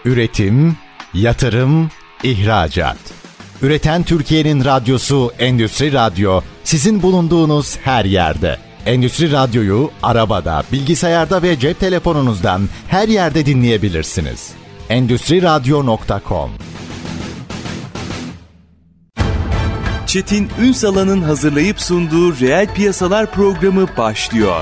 Üretim, yatırım, ihracat. Üreten Türkiye'nin radyosu Endüstri Radyo, sizin bulunduğunuz her yerde. Endüstri Radyo'yu arabada, bilgisayarda ve cep telefonunuzdan her yerde dinleyebilirsiniz. Endüstriradyo.com. Çetin Ünsal'ın hazırlayıp sunduğu Reel Piyasalar programı başlıyor.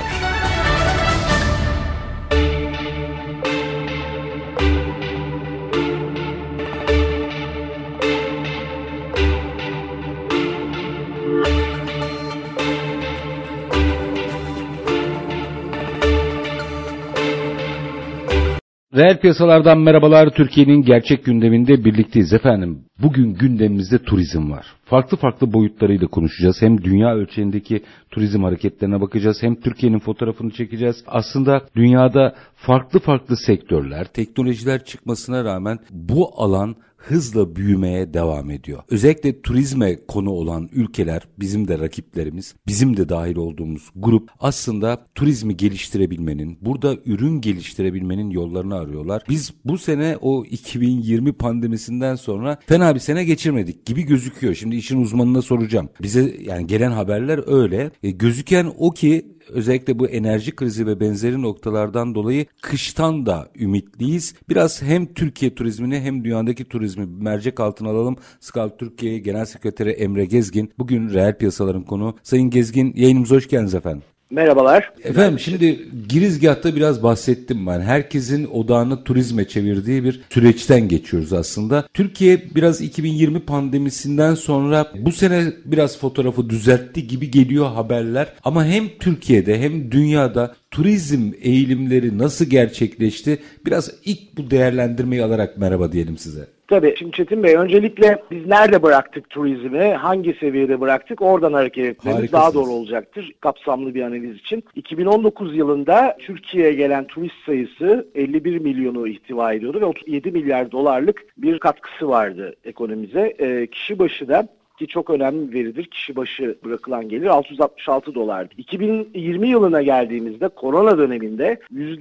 Reel piyasalardan merhabalar. Türkiye'nin gerçek gündeminde birlikteyiz efendim. Bugün gündemimizde turizm var. Farklı boyutlarıyla konuşacağız. Hem dünya ölçeğindeki turizm hareketlerine bakacağız, hem Türkiye'nin fotoğrafını çekeceğiz. Aslında dünyada farklı sektörler, teknolojiler çıkmasına rağmen bu alan hızla büyümeye devam ediyor. Özellikle turizme konu olan ülkeler, bizim de rakiplerimiz, bizim de dahil olduğumuz grup aslında turizmi geliştirebilmenin, burada ürün geliştirebilmenin yollarını arıyorlar. Biz bu sene o 2020 pandemisinden sonra fena bir sene geçirmedik gibi gözüküyor. Şimdi işin uzmanına soracağım. Bize yani gelen haberler öyle. Gözüken o ki özellikle bu enerji krizi ve benzeri noktalardan dolayı kıştan da ümitliyiz. Biraz hem Türkiye turizmini hem dünyadaki turizmi mercek altına alalım. Scout Türkiye Genel Sekreteri Emre Gezgin bugün reel piyasaların konu. Sayın Gezgin, yayınımıza hoş geldiniz efendim. Merhabalar. Efendim şimdi girizgahta biraz bahsettim ben. Herkesin odağını turizme çevirdiği bir süreçten geçiyoruz aslında. Türkiye biraz 2020 pandemisinden sonra bu sene biraz fotoğrafı düzeltti gibi geliyor haberler. Ama hem Türkiye'de hem dünyada turizm eğilimleri nasıl gerçekleşti? Biraz ilk bu değerlendirmeyi alarak merhaba diyelim size. Tabii. Şimdi Çetin Bey, öncelikle biz nerede bıraktık turizmi, hangi seviyede bıraktık, oradan hareket etmemiz daha doğru olacaktır kapsamlı bir analiz için. 2019 yılında Türkiye'ye gelen turist sayısı 51 milyonu ihtiva ediyordu ve 37 milyar dolarlık bir katkısı vardı ekonomimize. Kişi başı da, ki çok önemli bir veridir, kişi başı bırakılan gelir 666 dolardı. 2020 yılına geldiğimizde korona döneminde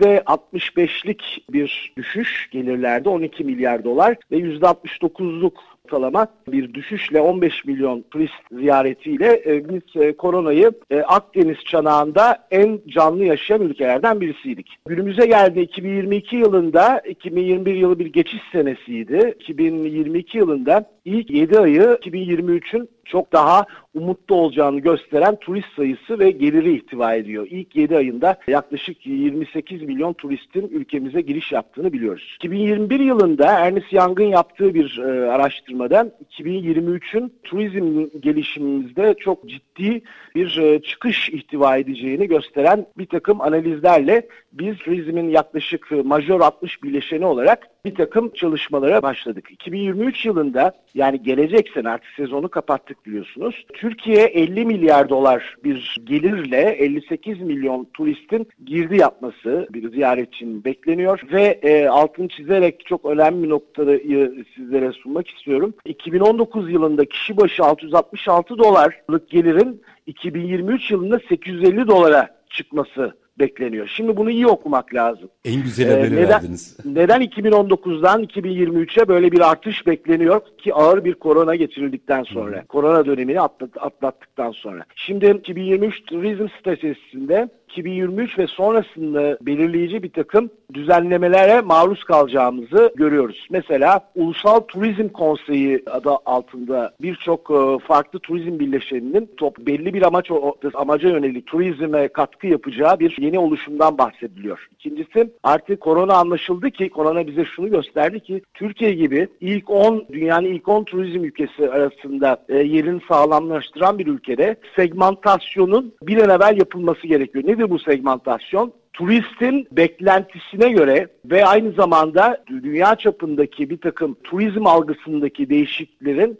%65'lik bir düşüş gelirlerde 12 milyar dolar ve %69'luk ortalama bir düşüşle 15 milyon turist ziyaretiyle biz koronayı Akdeniz çanağında en canlı yaşayan ülkelerden birisiydik. Günümüze geldi 2022 yılında, 2021 yılı bir geçiş senesiydi. 2022 yılında ilk 7 ayı 2023'ün çok daha umutlu olacağını gösteren turist sayısı ve geliri ihtiva ediyor. İlk 7 ayında yaklaşık 28 milyon turistin ülkemize giriş yaptığını biliyoruz. 2021 yılında Ernst Young'ın yaptığı bir araştırmada 2023'ün turizm gelişimimizde çok ciddi bir çıkış ihtiva edeceğini gösteren bir takım analizlerle biz turizmin yaklaşık majör 60 bileşeni olarak bir takım çalışmalara başladık. 2023 yılında, yani gelecek sene, artık sezonu kapattık biliyorsunuz, Türkiye 50 milyar dolar bir gelirle 58 milyon turistin girdi yapması bir ziyaretçinin bekleniyor ve altını çizerek çok önemli bir noktayı sizlere sunmak istiyorum. 2019 yılında kişi başı 666 dolarlık gelirin 2023 yılında 850 dolara çıkması bekleniyor. Şimdi bunu iyi okumak lazım. En güzel haberi verdiniz. Neden 2019'dan 2023'e böyle bir artış bekleniyor ki ağır bir korona geçirildikten sonra, korona dönemini atlattıktan sonra. Şimdi 2023 turizm stratejisinde 2023 ve sonrasında belirleyici bir takım düzenlemelere maruz kalacağımızı görüyoruz. Mesela Ulusal Turizm Konseyi adı altında birçok farklı turizm birleşeninin belli bir amaca yönelik turizme katkı yapacağı bir yeni oluşumdan bahsediliyor. İkincisi, artık korona anlaşıldı ki, korona bize şunu gösterdi ki Türkiye gibi dünyanın ilk 10 turizm ülkesi arasında yerini sağlamlaştıran bir ülkede segmentasyonun bir an evvel yapılması gerekiyor. Nedir bu segmentasyon? Turistin beklentisine göre ve aynı zamanda dünya çapındaki bir takım turizm algısındaki değişikliklerin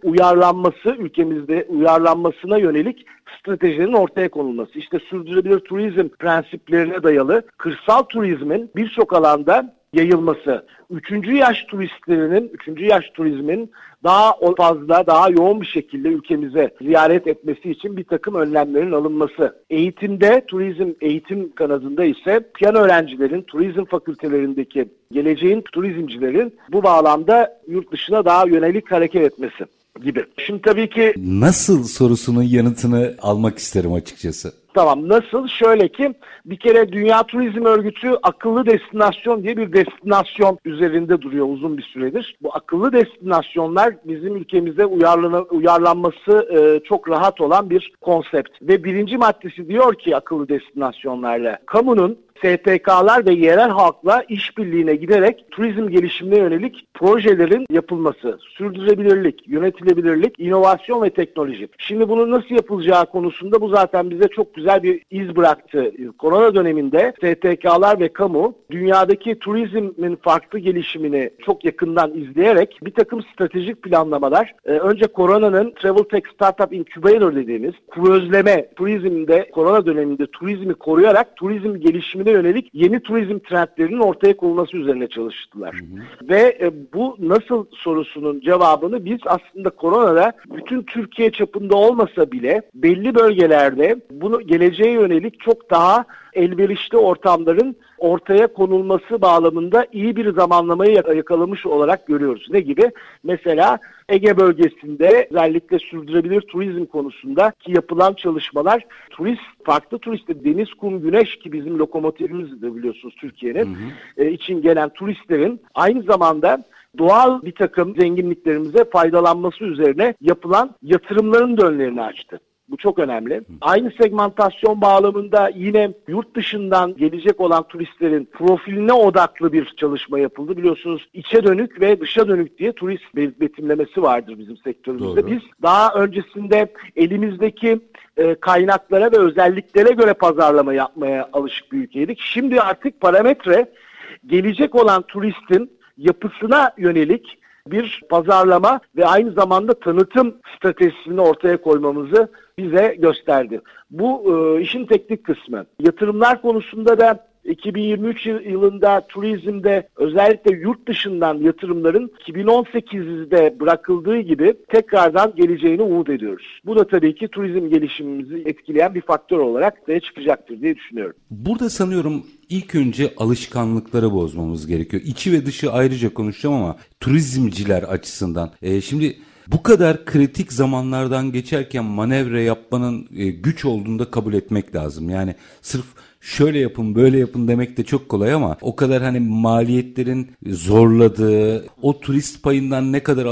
ülkemizde uyarlanmasına yönelik stratejilerin ortaya konulması. İşte sürdürülebilir turizm prensiplerine dayalı kırsal turizmin birçok alanda yayılması, üçüncü yaş turizmin daha fazla, daha yoğun bir şekilde ülkemize ziyaret etmesi için bir takım önlemlerin alınması. Eğitim kanadında ise piyano öğrencilerin, turizm fakültelerindeki geleceğin turizmcilerin bu bağlamda yurt dışına daha yönelik hareket etmesi gibi. Şimdi tabii ki nasıl sorusunun yanıtını almak isterim açıkçası. Tamam, nasıl? Şöyle ki bir kere Dünya Turizm Örgütü akıllı destinasyon diye bir destinasyon üzerinde duruyor uzun bir süredir. Bu akıllı destinasyonlar bizim ülkemize uyarlanması çok rahat olan bir konsept. Ve birinci maddesi diyor ki akıllı destinasyonlarla kamunun STK'lar ve yerel halkla işbirliğine giderek turizm gelişimine yönelik projelerin yapılması, sürdürülebilirlik, yönetilebilirlik, inovasyon ve teknoloji. Şimdi bunun nasıl yapılacağı konusunda bu zaten bize çok güzel bir iz bıraktı. Korona döneminde STK'lar ve kamu dünyadaki turizmin farklı gelişimini çok yakından izleyerek bir takım stratejik planlamalar, önce koronanın Travel Tech Startup Incubator dediğimiz kurözleme, turizmde korona döneminde turizmi koruyarak turizm gelişimine yönelik yeni turizm trendlerinin ortaya konulması üzerine çalıştılar. Ve bu nasıl sorusunun cevabını biz aslında koronada bütün Türkiye çapında olmasa bile belli bölgelerde bunu geleceğe yönelik çok daha elverişli ortamların ortaya konulması bağlamında iyi bir zamanlamayı yakalamış olarak görüyoruz. Ne gibi? Mesela Ege bölgesinde özellikle sürdürülebilir turizm konusunda ki yapılan çalışmalar farklı deniz, kum, güneş ki bizim lokomotifimiz de biliyorsunuz Türkiye'nin için gelen turistlerin aynı zamanda doğal bir takım zenginliklerimize faydalanması üzerine yapılan yatırımların da önlerini açtı. Bu çok önemli. Aynı segmentasyon bağlamında yine yurt dışından gelecek olan turistlerin profiline odaklı bir çalışma yapıldı. Biliyorsunuz içe dönük ve dışa dönük diye turist betimlemesi vardır bizim sektörümüzde. Doğru. Biz daha öncesinde elimizdeki kaynaklara ve özelliklere göre pazarlama yapmaya alışık bir ülkeydik. Şimdi artık parametre gelecek olan turistin yapısına yönelik bir pazarlama ve aynı zamanda tanıtım stratejisini ortaya koymamızı bize gösterdi. Bu işin teknik kısmı. Yatırımlar konusunda da 2023 yılında turizmde özellikle yurt dışından yatırımların 2018'de bırakıldığı gibi tekrardan geleceğini umut ediyoruz. Bu da tabii ki turizm gelişimimizi etkileyen bir faktör olarak ortaya çıkacaktır diye düşünüyorum. Burada sanıyorum ilk önce alışkanlıkları bozmamız gerekiyor. İçi ve dışı ayrıca konuşacağım ama turizmciler açısından. Şimdi bu kadar kritik zamanlardan geçerken manevra yapmanın güç olduğunu da kabul etmek lazım. Yani sırf şöyle yapın böyle yapın demek de çok kolay ama o kadar hani maliyetlerin zorladığı, o turist payından ne kadar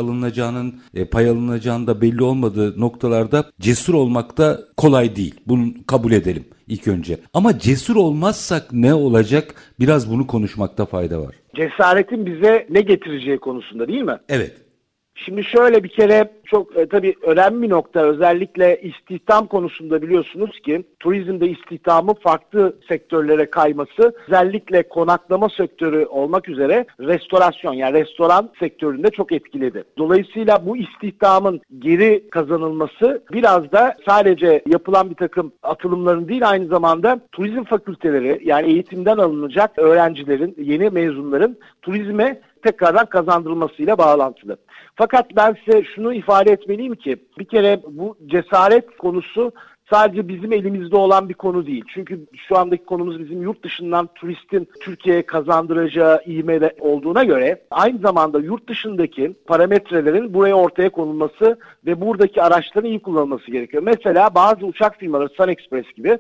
pay alınacağının da belli olmadığı noktalarda cesur olmak da kolay değil. Bunu kabul edelim ilk önce. Ama cesur olmazsak ne olacak? Biraz bunu konuşmakta fayda var. Cesaretin bize ne getireceği konusunda değil mi? Evet. Şimdi şöyle bir kere çok tabii önemli bir nokta özellikle istihdam konusunda biliyorsunuz ki turizmde istihdamın farklı sektörlere kayması özellikle konaklama sektörü olmak üzere restorasyon yani restoran sektöründe çok etkiledi. Dolayısıyla bu istihdamın geri kazanılması biraz da sadece yapılan bir takım atılımların değil aynı zamanda turizm fakülteleri yani eğitimden alınacak öğrencilerin, yeni mezunların turizme tekrardan kazandırılmasıyla bağlantılı. Fakat ben size şunu ifade etmeliyim ki bir kere bu cesaret konusu sadece bizim elimizde olan bir konu değil. Çünkü şu andaki konumuz bizim yurt dışından turistin Türkiye'ye kazandıracağı ivme olduğuna göre aynı zamanda yurt dışındaki parametrelerin buraya ortaya konulması ve buradaki araçların iyi kullanılması gerekiyor. Mesela bazı uçak firmaları Sun Express gibi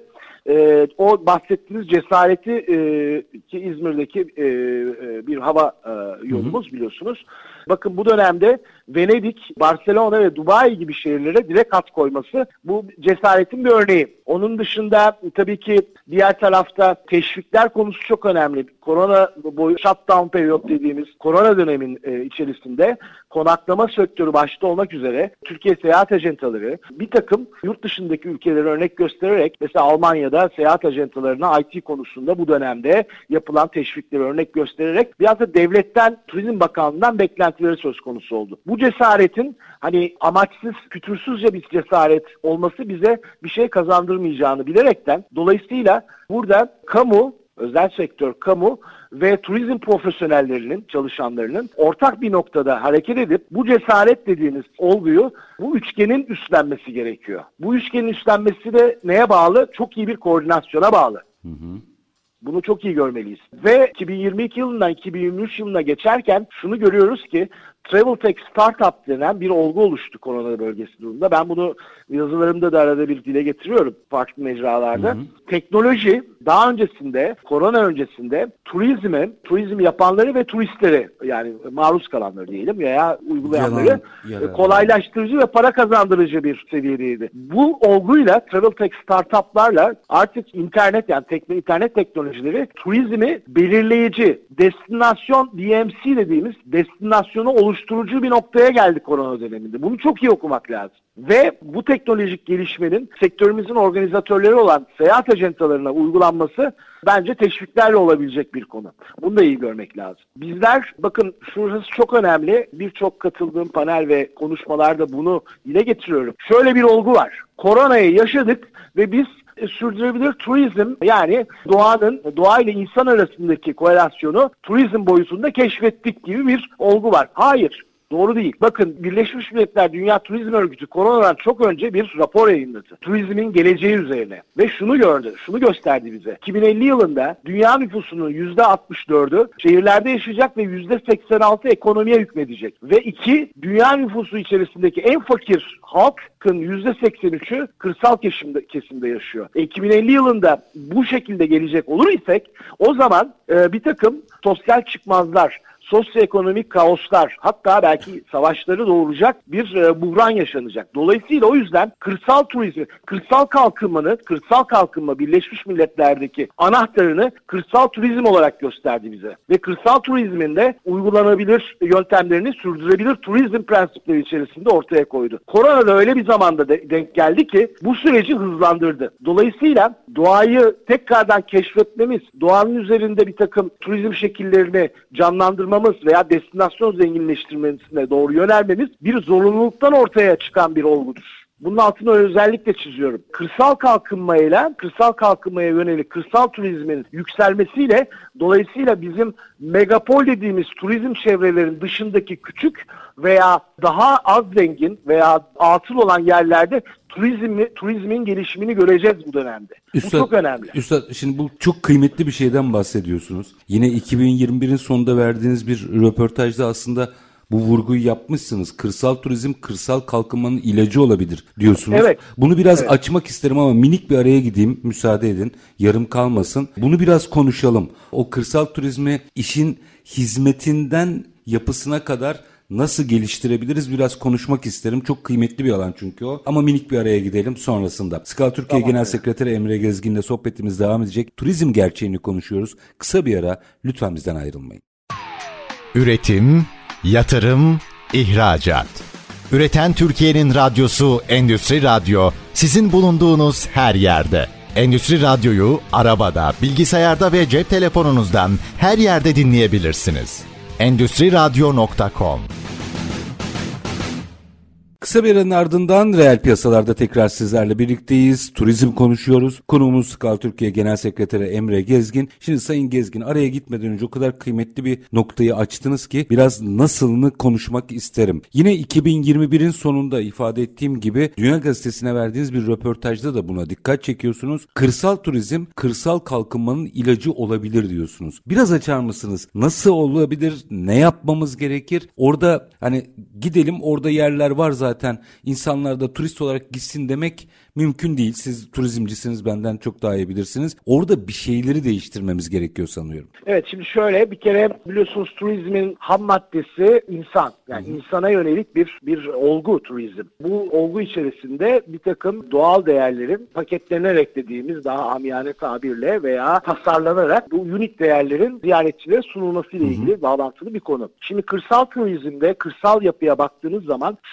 o bahsettiğiniz cesareti ki İzmir'deki bir hava yolumuz biliyorsunuz. Bakın bu dönemde Venedik, Barcelona ve Dubai gibi şehirlere direkt hat koyması bu cesaretin bir örneği. Onun dışında tabii ki diğer tarafta teşvikler konusu çok önemli. Korona boyu shutdown periyot dediğimiz korona dönemin içerisinde konaklama sektörü başta olmak üzere Türkiye seyahat ajantaları bir takım yurt dışındaki ülkelere örnek göstererek mesela Almanya'da seyahat ajantalarına IT konusunda bu dönemde yapılan teşvikleri örnek göstererek biraz da devletten Turizm Bakanlığı'ndan beklentileri söz konusu oldu. Bu cesaretin hani amaçsız, fütursuzca bir cesaret olması bize bir şey kazandırmayacağını bilerekten dolayısıyla burada kamu özel sektör, kamu ve turizm profesyonellerinin, çalışanlarının ortak bir noktada hareket edip bu cesaret dediğimiz olguyu bu üçgenin üstlenmesi gerekiyor. Bu üçgenin üstlenmesi de neye bağlı? Çok iyi bir koordinasyona bağlı. Bunu çok iyi görmeliyiz. Ve 2022 yılından 2023 yılına geçerken şunu görüyoruz ki Travel Tech Startup denen bir olgu oluştu korona bölgesi durumunda. Ben bunu yazılarımda da arada bir dile getiriyorum farklı mecralarda. Teknoloji daha öncesinde, korona öncesinde turizm yapanları ve turistleri, yani maruz kalanları diyelim veya uygulayanları kolaylaştırıcı ve para kazandırıcı bir seviyedeydi. Bu olguyla Travel Tech Startup'larla artık internet teknolojileri turizmi belirleyici, destinasyon DMC dediğimiz destinasyonu oluşturucu bir noktaya geldi korona döneminde. Bunu çok iyi okumak lazım. Ve bu teknolojik gelişmenin sektörümüzün organizatörleri olan seyahat ajantalarına uygulanması bence teşviklerle olabilecek bir konu. Bunu da iyi görmek lazım. Bizler, bakın şurası çok önemli. Birçok katıldığım panel ve konuşmalarda bunu dile getiriyorum. Şöyle bir olgu var. Koronayı yaşadık ve biz sürdürülebilir turizm, yani doğa ile insan arasındaki korelasyonu turizm boyutunda keşfettik gibi bir olgu var. Hayır. Doğru değil. Bakın, Birleşmiş Milletler Dünya Turizm Örgütü koronadan çok önce bir rapor yayınladı. Turizmin geleceği üzerine. Ve şunu gösterdi bize. 2050 yılında dünya nüfusunun %64'ü şehirlerde yaşayacak ve %86 ekonomiye hükmedecek. Ve dünya nüfusu içerisindeki en fakir halkın %83'ü kırsal kesimde yaşıyor. 2050 yılında bu şekilde gelecek olur isek, o zaman bir takım sosyal çıkmazlar, sosyoekonomik kaoslar, hatta belki savaşları doğuracak bir buhran yaşanacak. Dolayısıyla o yüzden kırsal turizmi, kırsal kalkınma Birleşmiş Milletler'deki anahtarını kırsal turizm olarak gösterdi bize. Ve kırsal turizmin de uygulanabilir yöntemlerini sürdürebilir turizm prensipleri içerisinde ortaya koydu. Korona da öyle bir zamanda denk geldi ki bu süreci hızlandırdı. Dolayısıyla doğayı tekrardan keşfetmemiz, doğanın üzerinde bir takım turizm şekillerini canlandırmamız veya destinasyon zenginleştirmesine doğru yönelmemiz bir zorunluluktan ortaya çıkan bir olgudur. Bunun altını özellikle çiziyorum. Kırsal kalkınmaya yönelik kırsal turizmin yükselmesiyle, dolayısıyla bizim megapol dediğimiz turizm çevrelerinin dışındaki küçük veya daha az zengin veya atıl olan yerlerde turizmin gelişimini göreceğiz bu dönemde. Üstad, bu çok önemli. Üstad, şimdi bu çok kıymetli bir şeyden bahsediyorsunuz. Yine 2021'in sonunda verdiğiniz bir röportajda aslında bu vurguyu yapmışsınız. Kırsal turizm kırsal kalkınmanın ilacı olabilir diyorsunuz. Evet. Bunu biraz açmak isterim ama minik bir araya gideyim. Müsaade edin. Yarım kalmasın. Bunu biraz konuşalım. O kırsal turizmi işin hizmetinden yapısına kadar nasıl geliştirebiliriz biraz konuşmak isterim. Çok kıymetli bir alan çünkü o. Ama minik bir araya gidelim sonrasında. Skala Türkiye Genel Sekreteri Emre Gezgin'le sohbetimiz devam edecek. Turizm gerçeğini konuşuyoruz. Kısa bir ara, lütfen bizden ayrılmayın. Üretim, yatırım, ihracat. Üreten Türkiye'nin radyosu Endüstri Radyo, sizin bulunduğunuz her yerde. Endüstri Radyo'yu arabada, bilgisayarda ve cep telefonunuzdan her yerde dinleyebilirsiniz. Endüstriradyo.com. Kısa bir aranın ardından reel piyasalarda tekrar sizlerle birlikteyiz. Turizm konuşuyoruz. Konuğumuz Skala Türkiye Genel Sekreteri Emre Gezgin. Şimdi Sayın Gezgin, araya gitmeden önce o kadar kıymetli bir noktayı açtınız ki biraz nasılını konuşmak isterim. Yine 2021'in sonunda ifade ettiğim gibi Dünya Gazetesi'ne verdiğiniz bir röportajda da buna dikkat çekiyorsunuz. Kırsal turizm, kırsal kalkınmanın ilacı olabilir diyorsunuz. Biraz açar mısınız? Nasıl olabilir? Ne yapmamız gerekir? Orada gidelim, orada yerler var zaten. İnsanlar da turist olarak gitsin demek mümkün değil. Siz turizmcisiniz, benden çok daha iyi bilirsiniz. Orada bir şeyleri değiştirmemiz gerekiyor sanıyorum. Evet, şimdi şöyle, bir kere biliyorsunuz turizmin ham maddesi insan. Yani insana yönelik bir olgu turizm. Bu olgu içerisinde bir takım doğal değerlerin paketlenerek dediğimiz daha amiyane tabirle veya tasarlanarak bu unik değerlerin ziyaretçilere sunulması ile ilgili bağlantılı bir konu. Şimdi kırsal turizmde kırsal yapıya baktığınız zaman şöyle bir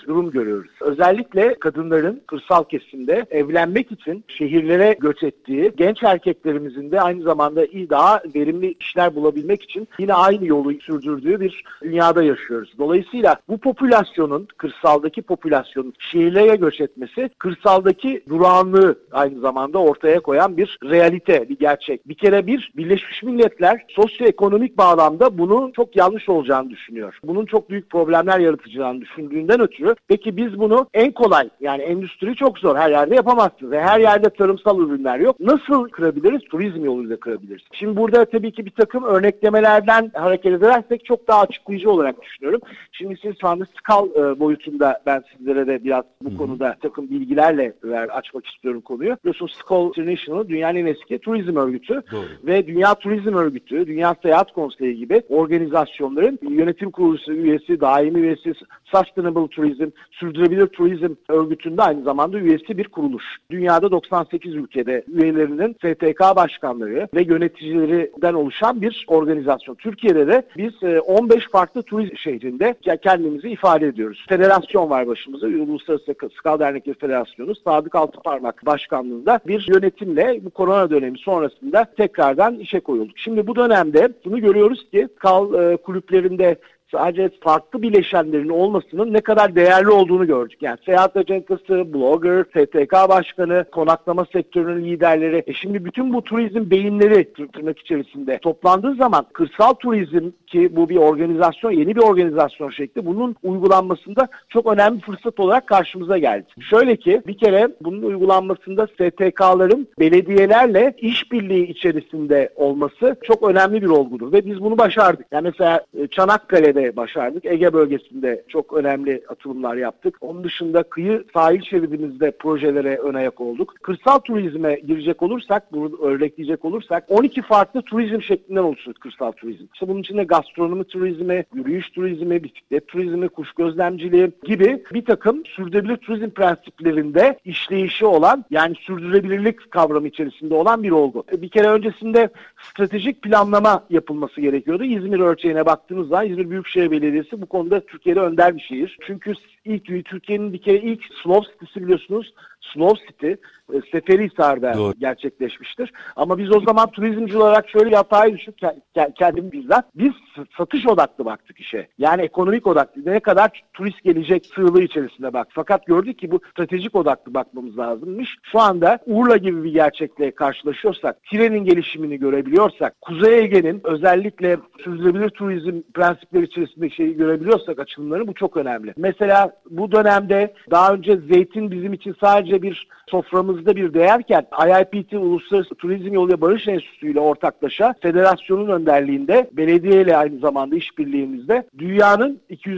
bir durum görüyoruz. Özellikle kadınların kırsal kesimde evlenmek için şehirlere göç ettiği, genç erkeklerimizin de aynı zamanda daha verimli işler bulabilmek için yine aynı yolu sürdürdüğü bir dünyada yaşıyoruz. Dolayısıyla bu popülasyonun, kırsaldaki popülasyonun şehirlere göç etmesi, kırsaldaki durağanlığı aynı zamanda ortaya koyan bir realite, bir gerçek. Bir kere Birleşmiş Milletler sosyoekonomik bağlamda bunu çok yanlış olacağını düşünüyor. Bunun çok büyük problemler yaratacağını düşündüğünden ötürü, peki biz bunu en kolay, yani endüstri çok zor, her yerde yapamazsınız ve her yerde tarımsal ürünler yok. Nasıl kırabiliriz? Turizm yoluyla kırabiliriz. Şimdi burada tabii ki bir takım örneklemelerden hareket edersek çok daha açıklayıcı olarak düşünüyorum. Şimdi siz şu anda skal boyutunda ben sizlere de biraz bu konuda takım bilgilerle açmak istiyorum konuyu. Biliyorsunuz Skal International dünyanın en eski turizm örgütü. Doğru. Ve Dünya Turizm Örgütü, Dünya Seyahat Konseyi gibi organizasyonların yönetim kurulu üyesi, daimi üyesi, Sustainable Tourism, Sürdürülebilir Turizm Örgütü'nde aynı zamanda üyesi bir kuruluş. Dünyada 98 ülkede üyelerinin STK başkanları ve yöneticilerinden oluşan bir organizasyon. Türkiye'de de biz 15 farklı turizm şehrinde kendimizi ifade ediyoruz. Federasyon var başımızda, Uluslararası Skal Dernekleri Federasyonu, Sadık Altıparmak başkanlığında bir yönetimle bu korona dönemi sonrasında tekrardan işe koyulduk. Şimdi bu dönemde bunu görüyoruz ki skal kulüplerinde sadece farklı bileşenlerin olmasının ne kadar değerli olduğunu gördük. Yani seyahat acentası, blogger, STK başkanı, konaklama sektörünün liderleri. Şimdi bütün bu turizm beyinleri tırnak içerisinde toplandığı zaman kırsal turizm, ki bu bir organizasyon, yeni bir organizasyon şekli, bunun uygulanmasında çok önemli fırsat olarak karşımıza geldi. Şöyle ki bir kere bunun uygulanmasında STK'ların belediyelerle işbirliği içerisinde olması çok önemli bir olgudur ve biz bunu başardık. Yani mesela Çanakkale'de başardık. Ege bölgesinde çok önemli atılımlar yaptık. Onun dışında kıyı sahil şeridimizde projelere ön ayak olduk. Kırsal turizme girecek olursak, bunu örnekleyecek olursak 12 farklı turizm şeklinden oluşuyor kırsal turizm. İşte bunun içinde gastronomi turizmi, yürüyüş turizmi, bisiklet turizmi, kuş gözlemciliği gibi bir takım sürdürülebilir turizm prensiplerinde işleyişi olan, yani sürdürülebilirlik kavramı içerisinde olan bir olgu. Bir kere öncesinde stratejik planlama yapılması gerekiyordu. İzmir ölçeğine baktığınız zaman İzmir Büyükşehir Belediyesi bu konuda Türkiye'de önder bir şehir. Çünkü Türkiye'nin bir kere ilk Slow City'si biliyorsunuz. Slow City Seferihisar'da gerçekleşmiştir. Ama biz o zaman turizmci olarak şöyle bir hatayı düşüp kendim bizzat, biz satış odaklı baktık işe. Yani ekonomik odaklı. Ne kadar turist gelecek sığlığı içerisinde bak. Fakat gördük ki bu stratejik odaklı bakmamız lazımmış. Şu anda Urla gibi bir gerçekle karşılaşıyorsak, Tire'nin gelişimini görebiliyorsak, Kuzey Ege'nin özellikle sürdürülebilir turizm prensipleri içerisindeki şeyi görebiliyorsak, açılımları, bu çok önemli. Mesela bu dönemde daha önce zeytin bizim için sadece bir soframızda bir değerken IIPT Uluslararası Turizm Yolu ve Barış Enstitüsü ile ortaklaşa federasyonun önderliğinde, belediye ile aynı zamanda işbirliğimizde dünyanın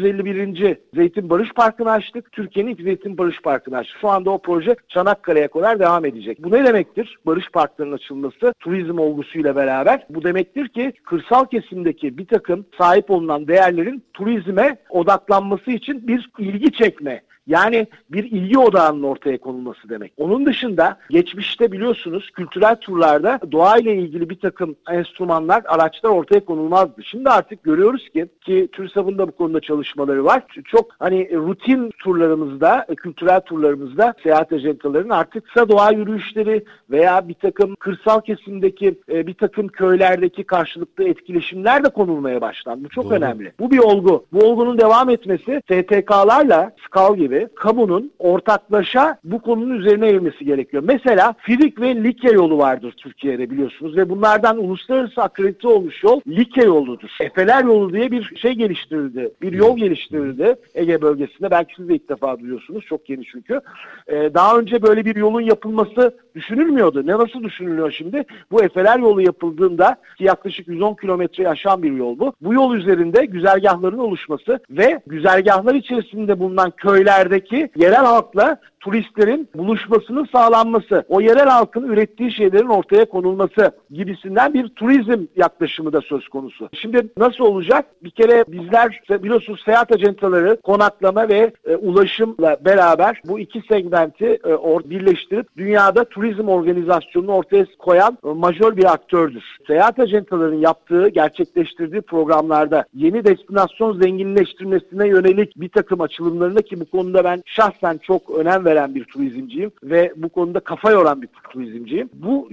251. Zeytin Barış Parkı'nı açtık. Türkiye'nin ilk Zeytin Barış Parkı'nı açtık. Şu anda o proje Çanakkale'ye kadar devam edecek. Bu ne demektir? Barış Parkları'nın açılması turizm olgusuyla beraber. Bu demektir ki kırsal kesimdeki bir takım sahip olunan değerlerin turizme odaklanması için bir ilgi çekme. Yani bir ilgi odağının ortaya konulması demek. Onun dışında geçmişte biliyorsunuz kültürel turlarda doğayla ilgili bir takım enstrümanlar, araçlar ortaya konulmazdı. Şimdi artık görüyoruz ki TÜRSAV'ın da bu konuda çalışmaları var. Çok rutin turlarımızda, kültürel turlarımızda seyahat ajantalarının artık kısa doğa yürüyüşleri veya bir takım kırsal kesimdeki bir takım köylerdeki karşılıklı etkileşimler de konulmaya başlandı. Bu çok önemli. Bu bir olgu. Bu olgunun devam etmesi STK'larla, Skal gibi kamunun ortaklaşa bu konunun üzerine eğilmesi gerekiyor. Mesela Fidik ve Likya yolu vardır Türkiye'de biliyorsunuz ve bunlardan uluslararası akredite olmuş yol Likya yoludur. Efeler yolu diye bir şey geliştirildi. Bir yol geliştirildi Ege bölgesinde. Belki siz de ilk defa duyuyorsunuz. Çok yeni çünkü. Daha önce böyle bir yolun yapılması düşünülmüyordu. Nasıl düşünülüyor şimdi? Bu Efeler yolu yapıldığında, ki yaklaşık 110 kilometreyi aşan bir yol bu. Bu yol üzerinde güzergahların oluşması ve güzergahlar içerisinde bulunan köylerdeki yerel halkla turistlerin buluşmasının sağlanması, o yerel halkın ürettiği şeylerin ortaya konulması gibisinden bir turizm yaklaşımı da söz konusu. Şimdi nasıl olacak? Bir kere bizler biliyorsunuz seyahat ajantaları konaklama ve ulaşımla beraber bu iki segmenti birleştirip dünyada turizm organizasyonunu ortaya koyan majör bir aktördür. Seyahat ajantaların yaptığı, gerçekleştirdiği programlarda yeni destinasyon zenginleştirmesine yönelik bir takım açılımlarında, ki bu konuda konuda ben şahsen çok önem veren bir turizmciyim ve bu konuda kafa yoran bir turizmciyim. Bu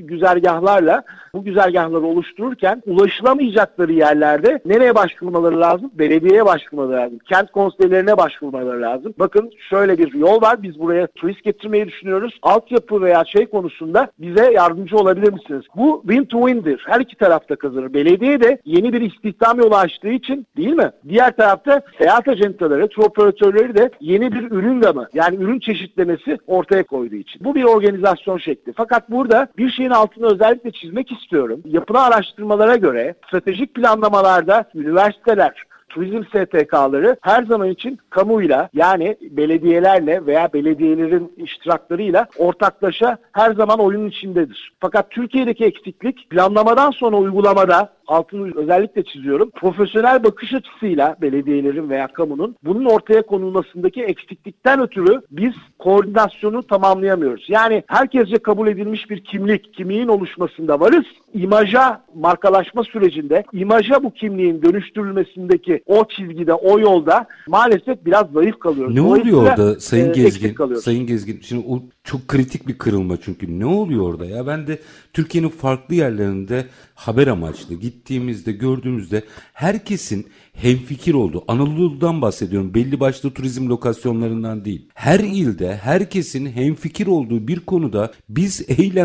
güzergahları oluştururken ulaşılamayacakları yerlerde nereye başvurmaları lazım? Belediyeye başvurmaları lazım. Kent konseylerine başvurmaları lazım. Bakın şöyle bir yol var. Biz buraya turist getirmeyi düşünüyoruz. Altyapı veya konusunda bize yardımcı olabilir misiniz? Bu win to win'dir. Her iki tarafta kazanır. Belediye de yeni bir istihdam yolu açtığı için, değil mi? Diğer tarafta seyahat ajantaları, tur operatörleri de yeni bir ürün gamı, yani ürün çeşitlemesi ortaya koyduğu için. Bu bir organizasyon şekli. Fakat burada bir şeyin altını özellikle çizmek istiyorum. Yapılan araştırmalara göre stratejik planlamalarda üniversiteler, turizm STK'ları her zaman için kamuyla, yani belediyelerle veya belediyelerin iştiraklarıyla ortaklaşa her zaman oyunun içindedir. Fakat Türkiye'deki eksiklik planlamadan sonra uygulamada, altını özellikle çiziyorum, profesyonel bakış açısıyla belediyelerin veya kamunun bunun ortaya konulmasındaki eksiklikten ötürü biz koordinasyonu tamamlayamıyoruz. Yani herkesce kabul edilmiş bir kimliğin oluşmasında varız. İmaja, markalaşma sürecinde imaja bu kimliğin dönüştürülmesindeki o çizgide, o yolda maalesef biraz zayıf kalıyoruz. Ne oluyor orada Sayın Gezgin? Sayın Gezgin, şimdi o çok kritik bir kırılma çünkü. Ne oluyor orada ya? Ben de Türkiye'nin farklı yerlerinde haber amaçlı gittiğimizde, gördüğümüzde herkesin hemfikir olduğu, Anadolu'dan bahsediyorum, belli başlı turizm lokasyonlarından değil. Her ilde herkesin hemfikir olduğu bir konuda biz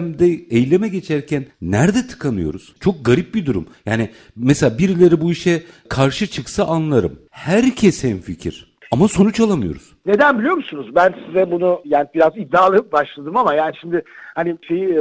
eyleme geçerken nerede tıkanıyoruz? Çok garip bir durum. Yani mesela birileri bu işe karşı çıksa anlarım. Herkes hemfikir. Ama sonuç alamıyoruz. Neden biliyor musunuz? Ben size bunu, yani biraz iddialı başladım ama yani şimdi hani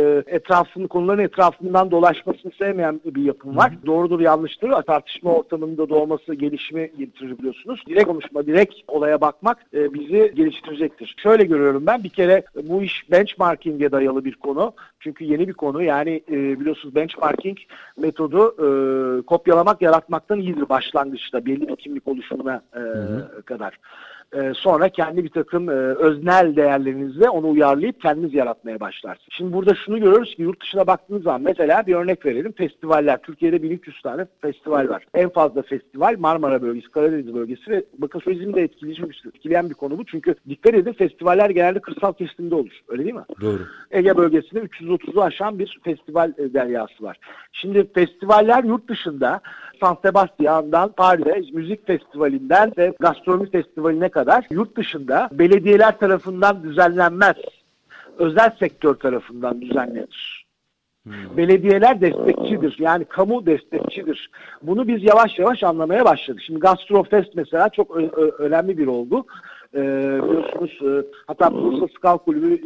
konuların etrafından dolaşmasını sevmeyen bir yapım var. Doğrudur yanlıştır. Tartışma ortamında doğması gelişimi getirir biliyorsunuz. Direkt olaya bakmak bizi geliştirecektir. Şöyle görüyorum ben, bir kere bu iş benchmarking'e dayalı bir konu. Çünkü yeni bir konu, yani biliyorsunuz benchmarking metodu kopyalamak yaratmaktan iyidir başlangıçta belli bir kimlik oluşumuna kadar. Sonra kendi bir takım öznel değerlerinizle onu uyarlayıp kendiniz yaratmaya başlarsınız. Şimdi burada şunu görüyoruz ki yurt dışına baktığınız zaman, mesela bir örnek verelim, festivaller. Türkiye'de 1300 tane festival var. En fazla festival Marmara bölgesi, Karadeniz bölgesi ve bakın turizmi de etkileyen bir konu bu. Çünkü dikkat edin, festivaller genelde kırsal kesimde olur. Öyle değil mi? Doğru. Ege bölgesinde 330'u aşan bir festival deryası var. Şimdi festivaller yurt dışında San Sebastian'dan Paris'e, müzik festivalinden ve gastronomi festivaline kadar yurt dışında belediyeler tarafından düzenlenmez. Özel sektör tarafından düzenlenir. Belediyeler destekçidir. Yani kamu destekçidir. Bunu biz yavaş yavaş anlamaya başladık. Şimdi Gastrofest mesela çok önemli bir olgu. Biliyorsunuz, hatta Bursa Skal Kulübü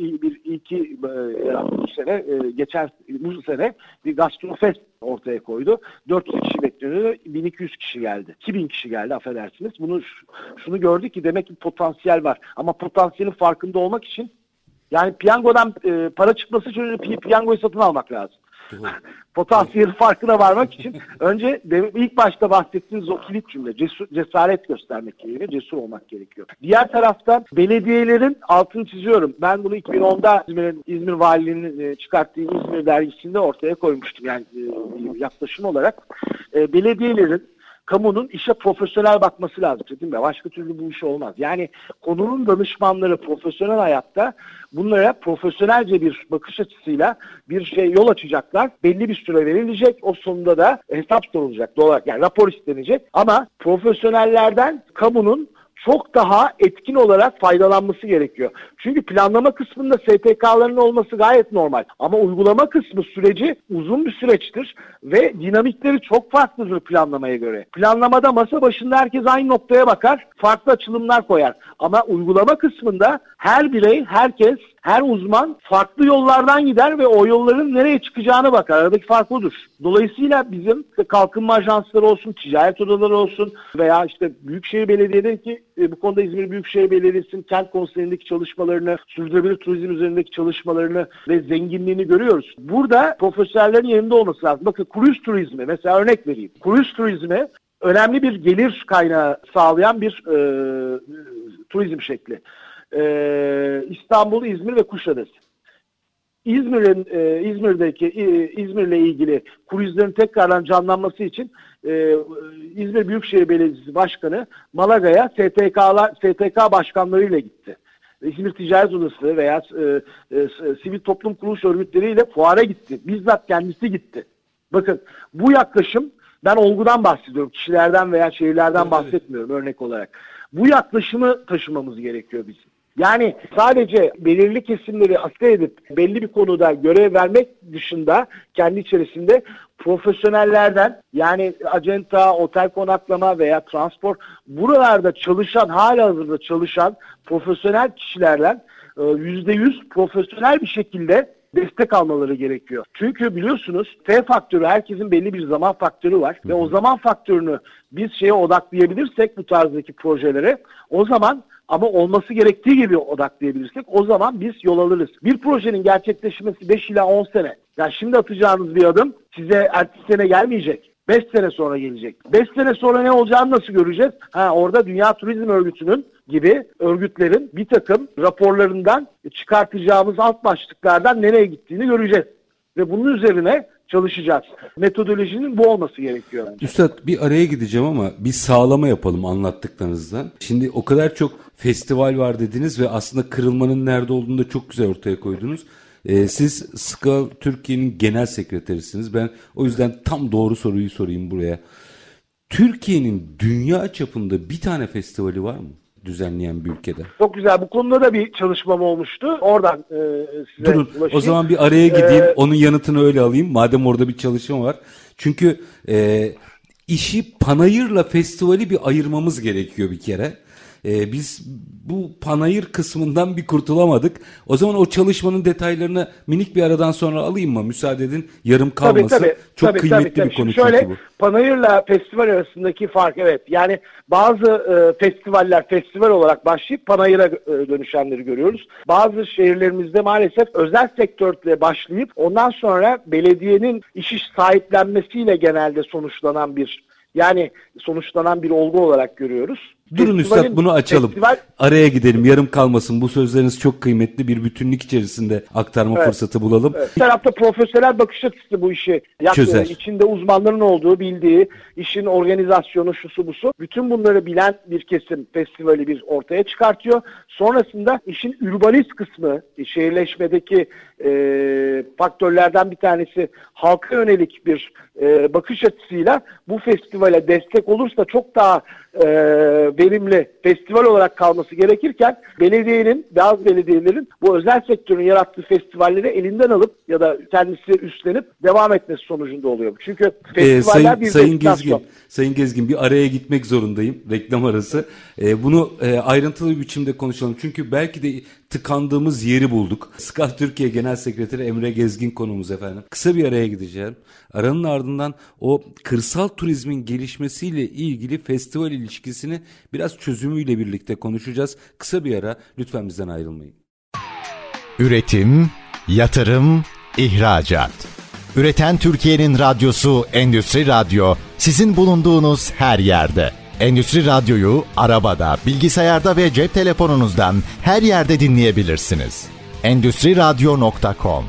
bu sene bir Gastrofest ortaya koydu. 400 kişi bekliyordu. 1200 kişi geldi. 2000 kişi geldi, affedersiniz. Şunu gördük ki demek ki potansiyel var. Ama potansiyelin farkında olmak için, yani piyangodan para çıkması için önce piyangoyu satın almak lazım. Potansiyelin farkına varmak için önce ilk başta bahsettiğiniz o kilit cümle, cesaret göstermek gerekiyor, cesur olmak gerekiyor. Diğer taraftan belediyelerin, altını çiziyorum, ben bunu 2010'da İzmir Valiliğinin çıkarttığı İzmir dergisinde ortaya koymuştum, yani yaklaşım olarak. Belediyelerin, kamunun işe profesyonel bakması lazım. Dedim ya, başka türlü bu iş olmaz. Yani konunun danışmanları profesyonel hayatta bunlara profesyonelce bir bakış açısıyla bir yol açacaklar. Belli bir süre verilecek. O sonunda da hesap sorulacak. Yani rapor istenecek. Ama profesyonellerden kamunun çok daha etkin olarak faydalanması gerekiyor. Çünkü planlama kısmında STK'ların olması gayet normal. Ama uygulama kısmı süreci uzun bir süreçtir ve dinamikleri çok farklıdır planlamaya göre. Planlamada masa başında herkes aynı noktaya bakar, farklı açılımlar koyar. Ama uygulama kısmında her birey, herkes, her uzman farklı yollardan gider ve o yolların nereye çıkacağına bakar. Aradaki fark odur. Dolayısıyla bizim kalkınma ajansları olsun, ticaret odaları olsun veya işte Büyükşehir Belediye'de ki bu konuda İzmir Büyükşehir Belediyesi'nin kent konseyindeki çalışmalarını, sürdürülebilir turizm üzerindeki çalışmalarını ve zenginliğini görüyoruz. Burada profesyonellerin yanında olması lazım. Bakın kruz turizmi, mesela örnek vereyim. Kruz turizmi önemli bir gelir kaynağı sağlayan bir turizm şekli. İstanbul, İzmir ve Kuşadası. İzmir'le ilgili kruzlerin tekrardan canlanması için İzmir Büyükşehir Belediyesi Başkanı Malaga'ya STK başkanlarıyla gitti. İzmir Ticaret Odası veya sivil toplum kuruluş örgütleriyle fuara gitti. Bizzat kendisi gitti. Bakın bu yaklaşım, ben olgudan bahsediyorum. Kişilerden veya şehirlerden bahsetmiyorum örnek olarak. Bu yaklaşımı taşımamız gerekiyor bizim. Yani sadece belirli kesimleri aktive edip belli bir konuda görev vermek dışında kendi içerisinde profesyonellerden, yani acenta, otel konaklama veya transport, buralarda çalışan, halihazırda çalışan profesyonel kişilerden %100 profesyonel bir şekilde destek almaları gerekiyor. Çünkü biliyorsunuz T faktörü, herkesin belli bir zaman faktörü var. Ve o zaman faktörünü biz şeye odaklayabilirsek, bu tarzdaki projelere, o zaman, ama olması gerektiği gibi odaklayabilirsek, o zaman biz yol alırız. Bir projenin gerçekleşmesi 5 ila 10 sene. Yani şimdi atacağınız bir adım size ertesi sene gelmeyecek. 5 sene sonra gelecek. 5 sene sonra ne olacağını nasıl göreceğiz? Orada Dünya Turizm Örgütü'nün gibi örgütlerin bir takım raporlarından çıkartacağımız alt başlıklardan nereye gittiğini göreceğiz. Ve bunun üzerine çalışacağız. Metodolojinin bu olması gerekiyor bence. Üstad, bir araya gideceğim ama bir sağlama yapalım anlattıklarınızdan. Şimdi o kadar çok festival var dediniz ve aslında kırılmanın nerede olduğunu da çok güzel ortaya koydunuz. Siz SKAL Türkiye'nin genel sekreterisiniz. Ben o yüzden tam doğru soruyu sorayım buraya. Türkiye'nin dünya çapında bir tane festivali var mı düzenleyen bir ülkede? Çok güzel. Bu konuda da bir çalışmam olmuştu. Oradan size Durun, ulaşayım. o zaman bir araya gideyim. Onun yanıtını öyle alayım. Madem orada bir çalışma var. Çünkü işi panayırla festivali bir ayırmamız gerekiyor bir kere. Biz bu panayır kısmından bir kurtulamadık. O zaman o çalışmanın detaylarını minik bir aradan sonra alayım mı? Müsaade edin. Yarım kalmasın. Çok kıymetli bir konu çünkü bu. Panayırla festival arasındaki fark, evet. Yani bazı festivaller festival olarak başlayıp panayıra dönüşenleri görüyoruz. Bazı şehirlerimizde maalesef özel sektörle başlayıp ondan sonra belediyenin iş sahiplenmesiyle genelde sonuçlanan bir olgu olarak görüyoruz. Durun Üstad, bunu açalım. Araya gidelim, yarım kalmasın. Bu sözleriniz çok kıymetli, bir bütünlük içerisinde aktarma fırsatı bulalım. Evet. Bir tarafta profesyonel bakış açısı bu işi çözer. İçinde uzmanların olduğu, bildiği, işin organizasyonu, şusu busu. Bütün bunları bilen bir kesim festivali bir ortaya çıkartıyor. Sonrasında işin urbanist kısmı, şehirleşmedeki faktörlerden bir tanesi halka yönelik bir bakış açısıyla bu festivale destek olursa çok daha verimli festival olarak kalması gerekirken bazı belediyelerin bu özel sektörün yarattığı festivalleri elinden alıp ya da kendisi üstlenip devam etmesi sonucunda oluyor. Çünkü festivaller Sayın Gezgin, bir araya gitmek zorundayım, reklam arası. Bunu ayrıntılı bir biçimde konuşalım. Çünkü belki de tıkandığımız yeri bulduk. SKAL Türkiye Genel Sekreteri Emre Gezgin konuğumuz efendim. Kısa bir araya gideceğim. Aranın ardından o kırsal turizmin gelişmesiyle ilgili festival ilişkisini biraz çözümüyle birlikte konuşacağız. Kısa bir ara, lütfen bizden ayrılmayın. Üretim, yatırım, ihracat. Üreten Türkiye'nin radyosu Endüstri Radyo, sizin bulunduğunuz her yerde. Endüstri Radyo'yu arabada, bilgisayarda ve cep telefonunuzdan her yerde dinleyebilirsiniz. Endüstriradyo.com.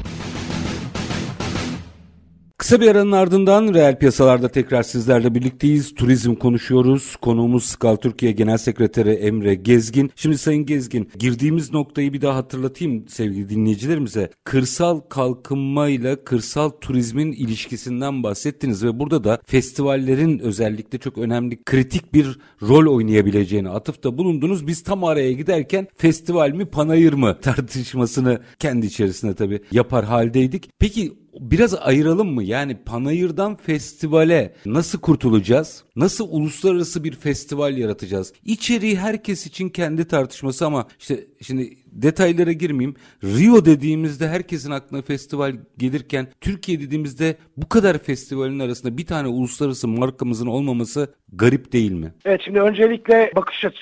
Kısa bir aranın ardından reel piyasalarda tekrar sizlerle birlikteyiz. Turizm konuşuyoruz. Konuğumuz SKAL Türkiye Genel Sekreteri Emre Gezgin. Şimdi Sayın Gezgin, girdiğimiz noktayı bir daha hatırlatayım sevgili dinleyicilerimize. Kırsal kalkınma ile kırsal turizmin ilişkisinden bahsettiniz ve burada da festivallerin özellikle çok önemli, kritik bir rol oynayabileceğine atıfta bulundunuz. Biz tam araya giderken festival mi panayır mı tartışmasını kendi içerisinde tabii yapar haldeydik. Peki biraz ayıralım mı? Yani panayırdan festivale nasıl kurtulacağız? Nasıl uluslararası bir festival yaratacağız? İçeriği herkes için kendi tartışması ama işte şimdi detaylara girmeyeyim. Rio dediğimizde herkesin aklına festival gelirken Türkiye dediğimizde bu kadar festivalin arasında bir tane uluslararası markamızın olmaması garip değil mi? Evet, şimdi öncelikle bakış açısı.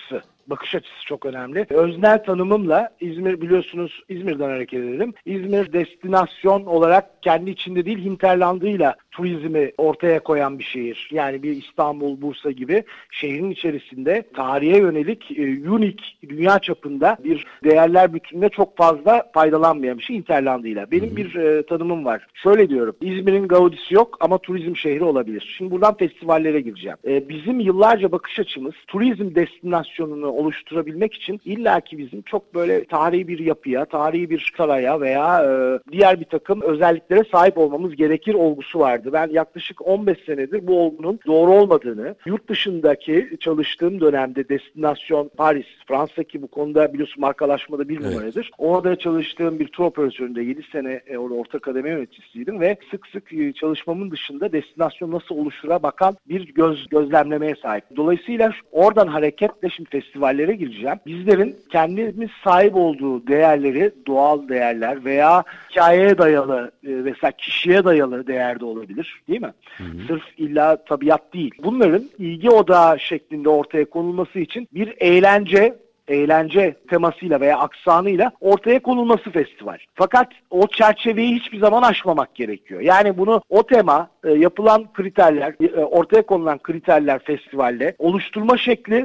bakış açısı çok önemli. Öznel tanımımla İzmir, biliyorsunuz İzmir'den hareket edelim. İzmir destinasyon olarak kendi içinde değil hinterlandıyla turizmi ortaya koyan bir şehir. Yani bir İstanbul, Bursa gibi şehrin içerisinde tarihe yönelik unik, dünya çapında bir değerler bütününe çok fazla faydalanmayan bir şey hinterlandıyla. Benim bir tanımım var. Şöyle diyorum. İzmir'in gaudisi yok ama turizm şehri olabilir. Şimdi buradan festivallere gireceğim. Bizim yıllarca bakış açımız turizm destinasyonunu oluşturabilmek için illaki bizim çok böyle tarihi bir yapıya, tarihi bir saraya veya diğer bir takım özelliklere sahip olmamız gerekir olgusu vardı. Ben yaklaşık 15 senedir bu olgunun doğru olmadığını, yurt dışındaki çalıştığım dönemde destinasyon Paris, Fransa ki bu konuda biliyorsun markalaşmada bir numaradır. Orada çalıştığım bir tur operatöründe 7 sene orada orta kademe yöneticisiydim ve sık sık çalışmamın dışında destinasyon nasıl oluşura bakan bir gözlemlemeye sahip. Dolayısıyla oradan hareketle şimdi festivallere gireceğim. Bizlerin kendimiz sahip olduğu değerleri, doğal değerler veya hikayeye dayalı mesela kişiye dayalı değer de olabilir, değil mi? Sırf illa tabiat değil. Bunların ilgi odağı şeklinde ortaya konulması için bir eğlence temasıyla veya aksanıyla ortaya konulması festival. Fakat o çerçeveyi hiçbir zaman aşmamak gerekiyor. Yani bunu o tema, yapılan kriterler, ortaya konulan kriterler festivalde oluşturma şekli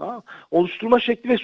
ve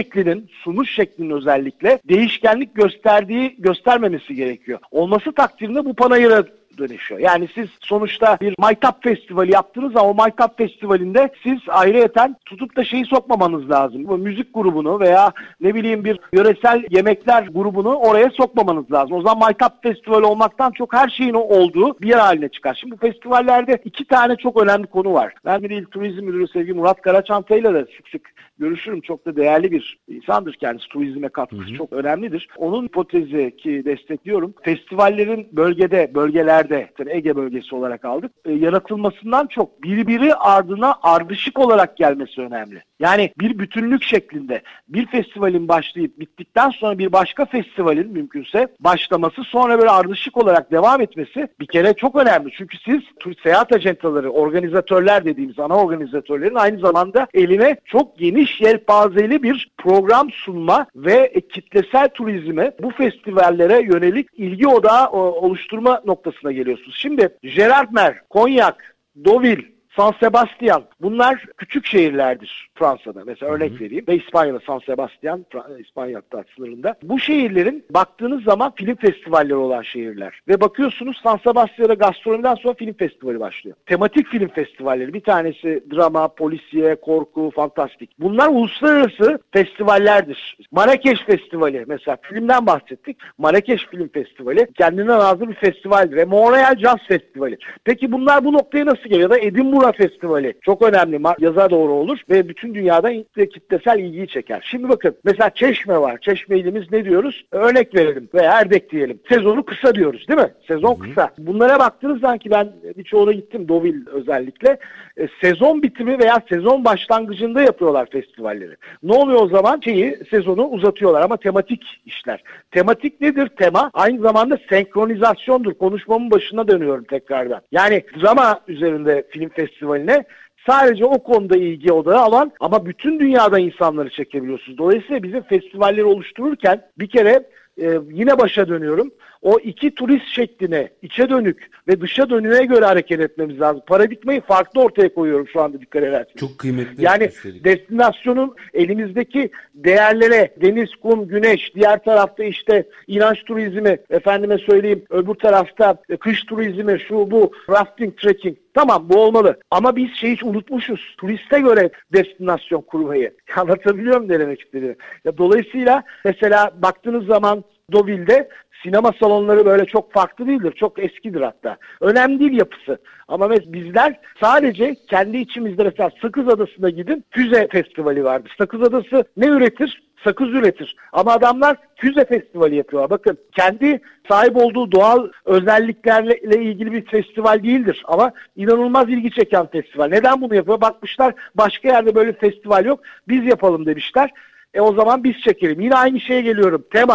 sunuş şeklinin özellikle değişkenlik göstermemesi gerekiyor. Olması takdirinde bu panayıra dönüşüyor. Yani siz sonuçta bir Maytap Festivali yaptınız ama o Maytap Festivali'nde siz ayrıyeten tutup da şeyi sokmamanız lazım. Bu müzik grubunu veya ne bileyim bir yöresel yemekler grubunu oraya sokmamanız lazım. O zaman Maytap Festivali olmaktan çok her şeyin olduğu bir yer haline çıkar. Şimdi bu festivallerde 2 tane çok önemli konu var. Ben bir İl Turizm Müdürü sevgili Murat Karaçantay'la da sık sık görüşürüm. Çok da değerli bir insandır kendisi. Turizme katkısı çok önemlidir. Onun hipotezi ki destekliyorum. Festivallerin bölgelerde Ege bölgesi olarak aldık. Yaratılmasından çok birbiri ardına ardışık olarak gelmesi önemli. Yani bir bütünlük şeklinde bir festivalin başlayıp bittikten sonra bir başka festivalin mümkünse başlaması sonra böyle ardışık olarak devam etmesi bir kere çok önemli. Çünkü siz seyahat ajantaları, organizatörler dediğimiz ana organizatörlerin aynı zamanda eline çok geniş yelpazeli bir program sunma ve kitlesel turizme bu festivallere yönelik ilgi odağı oluşturma noktasına geliyorsunuz. Şimdi Gérardmer, Konyak, Deauville, San Sebastian bunlar küçük şehirlerdir Fransa'da. Mesela örnek vereyim. Ve İspanya'da San Sebastian, İspanya hatta sınırında. Bu şehirlerin baktığınız zaman film festivalleri olan şehirler. Ve bakıyorsunuz San Sebastian'da gastronomiden sonra film festivali başlıyor. Tematik film festivalleri. Bir tanesi drama, polisiye, korku, fantastik. Bunlar uluslararası festivallerdir. Marrakeş Festivali mesela filmden bahsettik. Marrakeş Film Festivali kendine nazır bir festivaldir. Ve Montreal Jazz Festivali. Peki bunlar bu noktaya nasıl geliyor? Ya da Edinburgh Festivali çok önemli. Yaza doğru olur ve bütün dünyada kitlesel ilgiyi çeker. Şimdi bakın mesela Çeşme var. Çeşme ilimiz ne diyoruz? Örnek verelim veya Erdek diyelim. Sezonu kısa diyoruz değil mi? Sezon kısa. Bunlara baktığınız zaman ki ben birçoğuna gittim Deauville özellikle. Sezon bitimi veya sezon başlangıcında yapıyorlar festivalleri. Ne oluyor o zaman? Sezonu uzatıyorlar ama tematik işler. Tematik nedir? Tema aynı zamanda senkronizasyondur. Konuşmamın başına dönüyorum tekrardan. Yani drama üzerinde film festivaline sadece o konuda ilgi odağı alan ama bütün dünyada insanları çekebiliyorsunuz. Dolayısıyla bizim festivalleri oluştururken bir kere yine başa dönüyorum. O iki turist şekline içe dönük ve dışa dönüğe göre hareket etmemiz lazım. Paradigmayı farklı ortaya koyuyorum şu anda dikkat ederseniz. Çok kıymetli. Yani destinasyonun elimizdeki değerlere deniz, kum, güneş, diğer tarafta işte inanç turizmi, efendime söyleyeyim öbür tarafta kış turizmi, şu bu, rafting, trekking. Tamam bu olmalı. Ama biz hiç unutmuşuz. Turiste göre destinasyon kurmayı. Anlatabiliyor muyum ne demek istediğimi? Dolayısıyla mesela baktığınız zaman Deauville'de sinema salonları böyle çok farklı değildir. Çok eskidir hatta. Önemli değil yapısı. Ama bizler sadece kendi içimizde mesela Sakız Adası'na gidin. Füze Festivali vardır. Sakız Adası ne üretir? Sakız üretir. Ama adamlar füze festivali yapıyorlar. Bakın kendi sahip olduğu doğal özelliklerle ilgili bir festival değildir. Ama inanılmaz ilgi çeken festival. Neden bunu yapıyor? Bakmışlar başka yerde böyle bir festival yok. Biz yapalım demişler. O zaman biz çekelim. Yine aynı şeye geliyorum. Tema.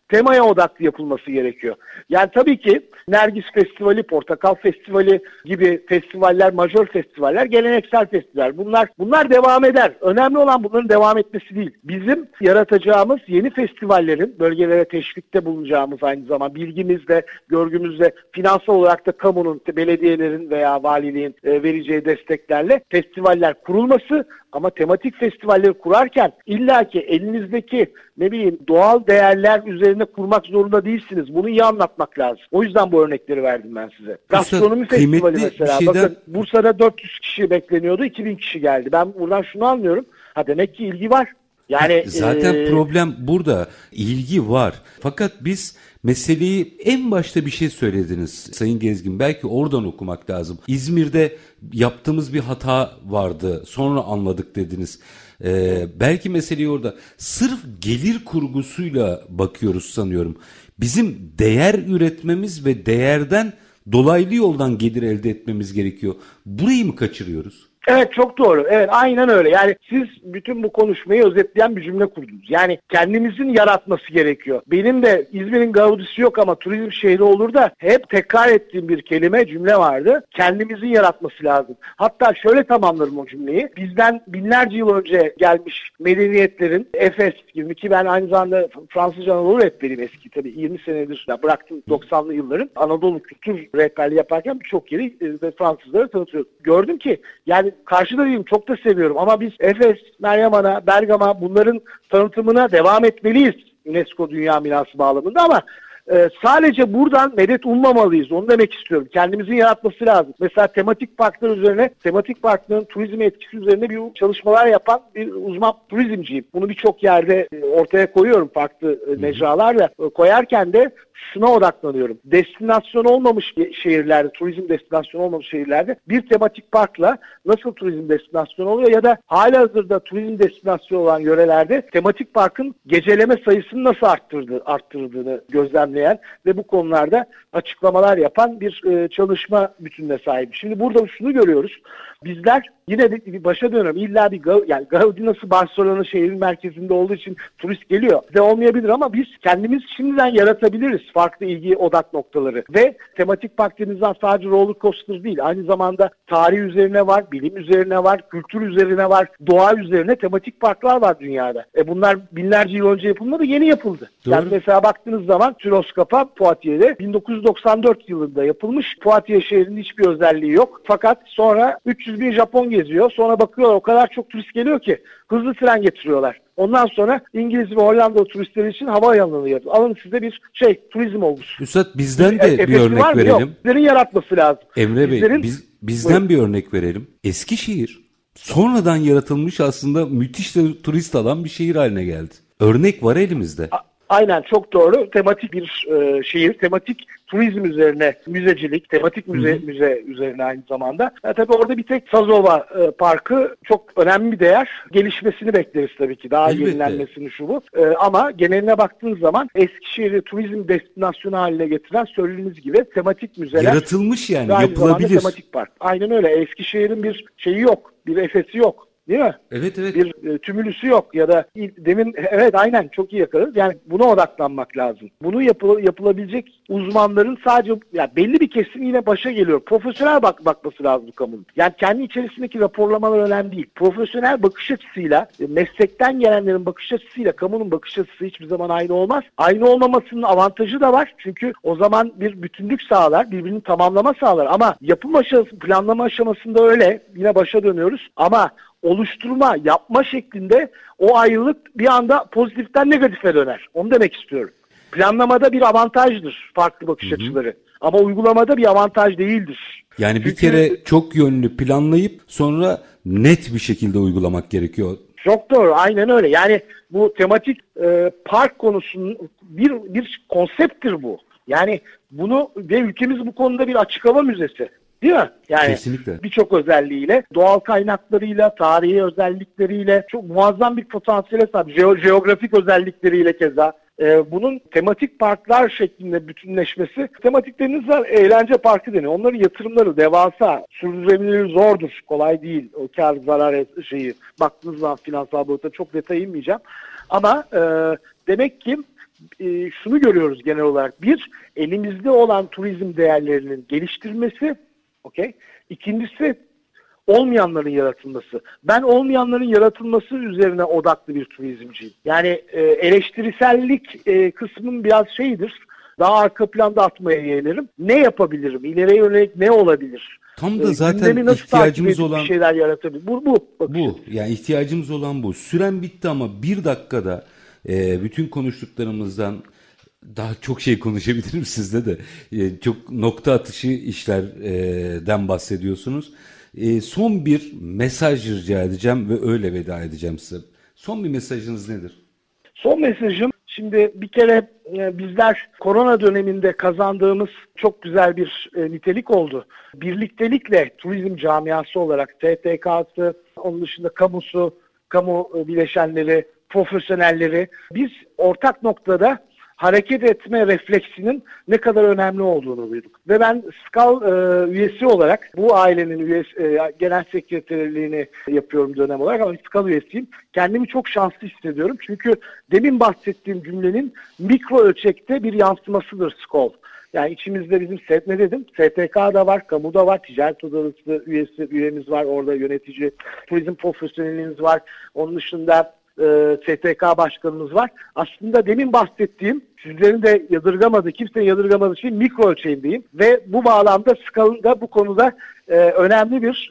temaya odaklı yapılması gerekiyor. Yani tabii ki Nergis Festivali, Portakal Festivali gibi festivaller, majör festivaller, geleneksel festivaller. Bunlar devam eder. Önemli olan bunların devam etmesi değil. Bizim yaratacağımız yeni festivallerin bölgelere teşvikte bulunacağımız, aynı zamanda bilgimizle, görgümüzle, finansal olarak da kamunun, belediyelerin veya valiliğin vereceği desteklerle festivaller kurulması. Ama tematik festivalleri kurarken illaki elinizdeki doğal değerler üzerine kurmak zorunda değilsiniz. Bunu iyi anlatmak lazım. O yüzden bu örnekleri verdim ben size. Gastronomi festivali mesela. Bakın Bursa'da 400 kişi bekleniyordu. 2000 kişi geldi. Ben buradan şunu anlıyorum. Demek ki ilgi var. Yani zaten problem burada. İlgi var. Fakat biz meseleyi en başta bir şey söylediniz Sayın Gezgin. Belki oradan okumak lazım. İzmir'de yaptığımız bir hata vardı. Sonra anladık dediniz. Belki meseleyi orada. Sırf gelir kurgusuyla bakıyoruz sanıyorum. Bizim değer üretmemiz ve değerden dolaylı yoldan gelir elde etmemiz gerekiyor. Burayı mı kaçırıyoruz? Evet, çok doğru. Evet, aynen öyle. Yani siz bütün bu konuşmayı özetleyen bir cümle kurdunuz. Yani kendimizin yaratması gerekiyor. Benim de İzmir'in gaudisi yok ama turizm şehri olur da hep tekrar ettiğim bir cümle vardı. Kendimizin yaratması lazım. Hatta şöyle tamamlarım o cümleyi. Bizden binlerce yıl önce gelmiş medeniyetlerin Efes gibi, ki ben aynı zamanda Fransızca Anadolu rehberiyim eski, tabii 20 senedir bıraktım 90'lı yılların. Anadolu kültür rehberliği yaparken birçok yeri Fransızlara tanıtıyorum. Gördüm ki yani karşıda değilim, çok da seviyorum ama biz Efes, Meryem Ana, Bergama, bunların tanıtımına devam etmeliyiz UNESCO Dünya Mirası bağlamında ama sadece buradan medet ummamalıyız. Onu demek istiyorum. Kendimizin yaratması lazım. Mesela tematik parklar üzerine, tematik parkların turizm etkisi üzerine bir çalışmalar yapan bir uzman turizmciyim. Bunu birçok yerde ortaya koyuyorum farklı mecralarla. Koyarken de şuna odaklanıyorum. Destinasyon olmamış şehirlerde, turizm destinasyonu olmamış şehirlerde bir tematik parkla nasıl turizm destinasyonu oluyor ya da halihazırda turizm destinasyonu olan yörelerde tematik parkın geceleme sayısını nasıl arttırdığını gözlemleyen ve bu konularda açıklamalar yapan bir çalışma bütününe sahip. Şimdi burada şunu görüyoruz. Bizler yine de başa dönüyorum. İlla bir Gaudi nasıl Barcelona şehrin merkezinde olduğu için turist geliyor. Bize olmayabilir ama biz kendimiz şimdiden yaratabiliriz farklı ilgi odak noktaları. Ve tematik park denizden sadece roller coaster değil. Aynı zamanda tarih üzerine var, bilim üzerine var, kültür üzerine var, doğa üzerine tematik parklar var dünyada. Bunlar binlerce yıl önce yapılmadı, yeni yapıldı. Doğru. Yani mesela baktığınız zaman Tüloskapa Poitiers'de 1994 yılında yapılmış. Poitiers şehrinin hiçbir özelliği yok. Fakat sonra 300 bin Japon geziyor. Sonra bakıyorlar o kadar çok turist geliyor ki hızlı tren getiriyorlar. Ondan sonra İngiliz ve Hollandalı turistler için havaalanı yapıyor. Alın size bir turizm olmuş. Üstad bizden de bir örnek verelim. Yok, bizlerin yaratması lazım. Emre Bey bizden bir örnek verelim. Eskişehir sonradan yaratılmış aslında müthiş de turist alan bir şehir haline geldi. Örnek var elimizde. Aynen, çok doğru. Tematik bir şehir, tematik turizm üzerine müzecilik, tematik müze üzerine aynı zamanda. Tabii orada bir tek Sazova Parkı çok önemli bir değer. Gelişmesini bekleriz tabii ki. Daha yenilenmesini bu. Ama geneline baktığınız zaman Eskişehir'i turizm destinasyonu haline getiren söylediğiniz gibi tematik müzeler. Yaratılmış yani, yapılabilir. Tematik park. Aynen öyle. Eskişehir'in bir şeyi yok, bir Efes'i yok. Değil mi? Evet. Bir tümülüsü yok ya da demin aynen çok iyi yakaladınız. Yani buna odaklanmak lazım. Bunu yapılabilecek uzmanların sadece belli bir kesim yine başa geliyor. Profesyonel bakması lazım kamunun. Yani kendi içerisindeki raporlamalar önemli değil. Profesyonel bakış açısıyla, meslekten gelenlerin bakış açısıyla kamunun bakış açısı hiçbir zaman aynı olmaz. Aynı olmamasının avantajı da var. Çünkü o zaman bir bütünlük sağlar, birbirini tamamlama sağlar. Ama yapım aşaması, planlama aşamasında öyle. Yine başa dönüyoruz. Ama oluşturma, yapma şeklinde o ayrılık bir anda pozitiften negatife döner. Onu demek istiyorum. Planlamada bir avantajdır farklı bakış açıları. Ama uygulamada bir avantaj değildir. Yani bir kere çok yönlü planlayıp sonra net bir şekilde uygulamak gerekiyor. Çok doğru, aynen öyle. Yani bu tematik park konusunun bir konsepttir bu. Yani bunu ve ülkemiz bu konuda bir açık hava müzesi. Değil mi? Yani birçok özelliğiyle, doğal kaynaklarıyla, tarihi özellikleriyle çok muazzam bir potansiyele sahip. Jeografik özellikleriyle keza. Bunun tematik parklar şeklinde bütünleşmesi, tematik dediğiniz var, eğlence parkı deniyor. Onların yatırımları devasa, sürdürülebilirliği zordur, kolay değil. O kar zarar baktığınız zaman finansal boyuta çok detay inmeyeceğim. Ama demek ki şunu görüyoruz genel olarak. Bir, elimizde olan turizm değerlerinin geliştirilmesi. Okay. İkincisi, olmayanların yaratılması. Ben olmayanların yaratılması üzerine odaklı bir turizmciyim. Yani eleştirisellik kısmım biraz şeydir. Daha arka planda atmaya yeğlerim. Ne yapabilirim? İleriye yönelik ne olabilir? Tam da zaten ihtiyacımız olan şeyler yaratabilir. Bu. Yani ihtiyacımız olan bu. Süren bitti ama bir dakikada bütün konuştuklarımızdan daha çok şey konuşabilirim sizle de. Çok nokta atışı işlerden bahsediyorsunuz. Son bir mesaj rica edeceğim ve öyle veda edeceğim size. Son bir mesajınız nedir? Son mesajım, şimdi bir kere bizler korona döneminde kazandığımız çok güzel bir nitelik oldu. Birliktelikle turizm camiası olarak STK'sı, onun dışında kamusu, kamu bileşenleri, profesyonelleri biz ortak noktada hareket etme refleksinin ne kadar önemli olduğunu duyduk. Ve ben SKAL üyesi olarak bu ailenin genel sekreterliğini yapıyorum dönem olarak ama SKAL üyesiyim. Kendimi çok şanslı hissediyorum. Çünkü demin bahsettiğim cümlenin mikro ölçekte bir yansımasıdır SKAL. Yani içimizde bizim ne dedim? STK'da var, kamuda var, ticaret odası üyemiz var, orada yönetici, turizm profesyonelimiz var. Onun dışında STK başkanımız var. Aslında demin bahsettiğim, sizlerin de yadırgamadığı, kimsenin yadırgamadığı şey mikro ölçeğindeyim. Ve bu bağlamda SKAL'ın da bu konuda önemli bir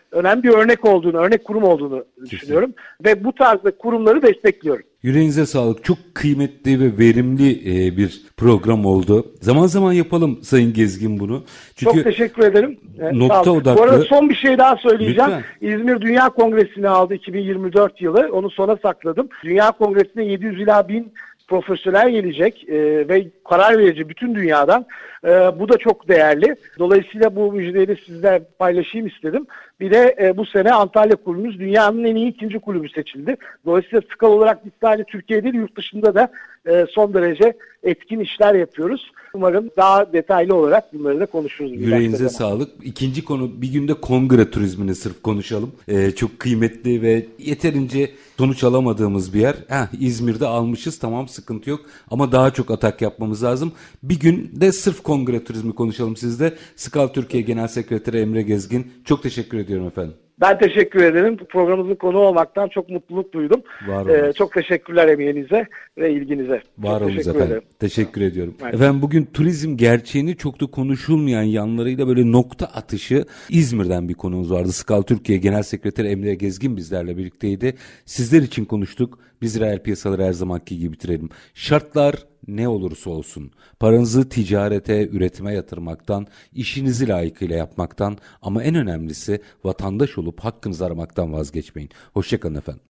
örnek kurum olduğunu düşünüyorum. Ve bu tarzda kurumları destekliyorum. Yüreğinize sağlık. Çok kıymetli ve verimli bir program oldu. Zaman zaman yapalım Sayın Gezgin bunu. Çünkü çok teşekkür ederim. Nokta odaklı. Bu arada son bir şey daha söyleyeceğim. Lütfen. İzmir Dünya Kongresi'ni aldı 2024 yılı. Onu sona sakladım. Dünya Kongresi'ne 700 ila 1000 profesyonel gelecek ve karar verici bütün dünyadan. Bu da çok değerli. Dolayısıyla bu müjdeyi de sizlerle paylaşayım istedim. Bir de bu sene Antalya kulübümüz dünyanın en iyi ikinci kulübü seçildi. Dolayısıyla SKAL olarak biz sadece Türkiye değil, yurt dışında da son derece etkin işler yapıyoruz. Umarım daha detaylı olarak bunları da konuşuruz. Yüreğinize sağlık. İkinci konu, bir günde kongre turizmini sırf konuşalım. Çok kıymetli ve yeterince sonuç alamadığımız bir yer. İzmir'de almışız, tamam, sıkıntı yok. Ama daha çok atak yapmamız lazım. Bir gün de sırf kongre turizmi konuşalım sizde. SKAL Türkiye Genel Sekreteri Emre Gezgin. Çok teşekkür ediyorum efendim. Ben teşekkür ederim. Programımızın konu olmaktan çok mutluluk duydum. Çok teşekkürler emeğinize ve ilginize. Var olun efendim. Teşekkür ediyorum. Evet. Efendim bugün turizm gerçeğini çok da konuşulmayan yanlarıyla böyle nokta atışı İzmir'den bir konuğumuz vardı. SKAL Türkiye Genel Sekreteri Emre Gezgin bizlerle birlikteydi. Sizler için konuştuk. Biz reel piyasaları her zamanki gibi bitirelim. Şartlar ne olursa olsun paranızı ticarete, üretime yatırmaktan, işinizi layıkıyla yapmaktan ama en önemlisi vatandaş olup hakkınızı aramaktan vazgeçmeyin. Hoşça kalın efendim.